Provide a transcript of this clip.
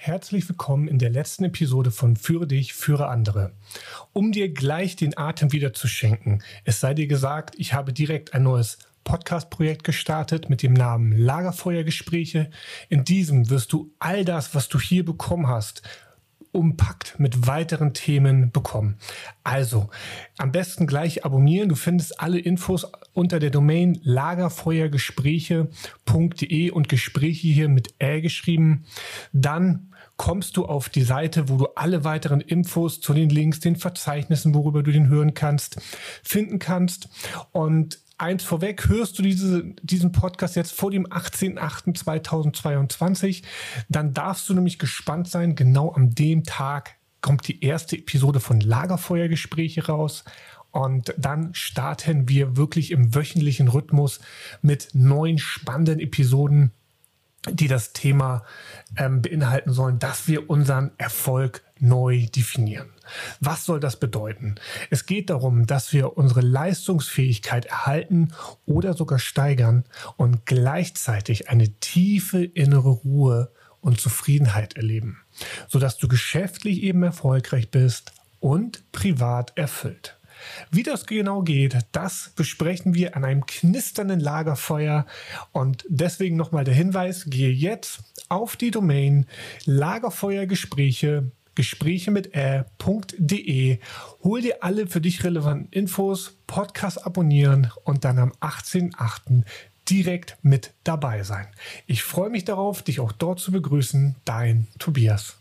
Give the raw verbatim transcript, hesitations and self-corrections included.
Herzlich willkommen in der letzten Episode von Führe dich, führe andere. Um dir gleich den Atem wieder zu schenken, es sei dir gesagt, ich habe direkt ein neues Podcast-Projekt gestartet mit dem Namen Lagerfeuergespräche. In diesem wirst du all das, was du hier bekommen hast, umpackt mit weiteren Themen bekommen. Also, am besten gleich abonnieren. Du findest alle Infos unter der Domain lagerfeuergespräche punkt de und Gespräche hier mit Ä geschrieben. Dann kommst du auf die Seite, wo du alle weiteren Infos zu den Links, den Verzeichnissen, worüber du den hören kannst, finden kannst. Und eins vorweg, hörst du diese, diesen Podcast jetzt vor dem achtzehnten achten zweitausendzweiundzwanzig, dann darfst du nämlich gespannt sein, genau an dem Tag kommt die erste Episode von Lagerfeuergespräche raus und dann starten wir wirklich im wöchentlichen Rhythmus mit neuen spannenden Episoden, die das Thema ähm, beinhalten sollen, dass wir unseren Erfolg neu definieren. Was soll das bedeuten? Es geht darum, dass wir unsere Leistungsfähigkeit erhalten oder sogar steigern und gleichzeitig eine tiefe innere Ruhe und Zufriedenheit erleben, sodass du geschäftlich eben erfolgreich bist und privat erfüllt. Wie das genau geht, das besprechen wir an einem knisternden Lagerfeuer und deswegen nochmal der Hinweis, gehe jetzt auf die Domain Lagerfeuergespräche, Gespräche mit ä.de, hol dir alle für dich relevanten Infos, Podcast abonnieren und dann am achtzehnten achten direkt mit dabei sein. Ich freue mich darauf, dich auch dort zu begrüßen, dein Tobias.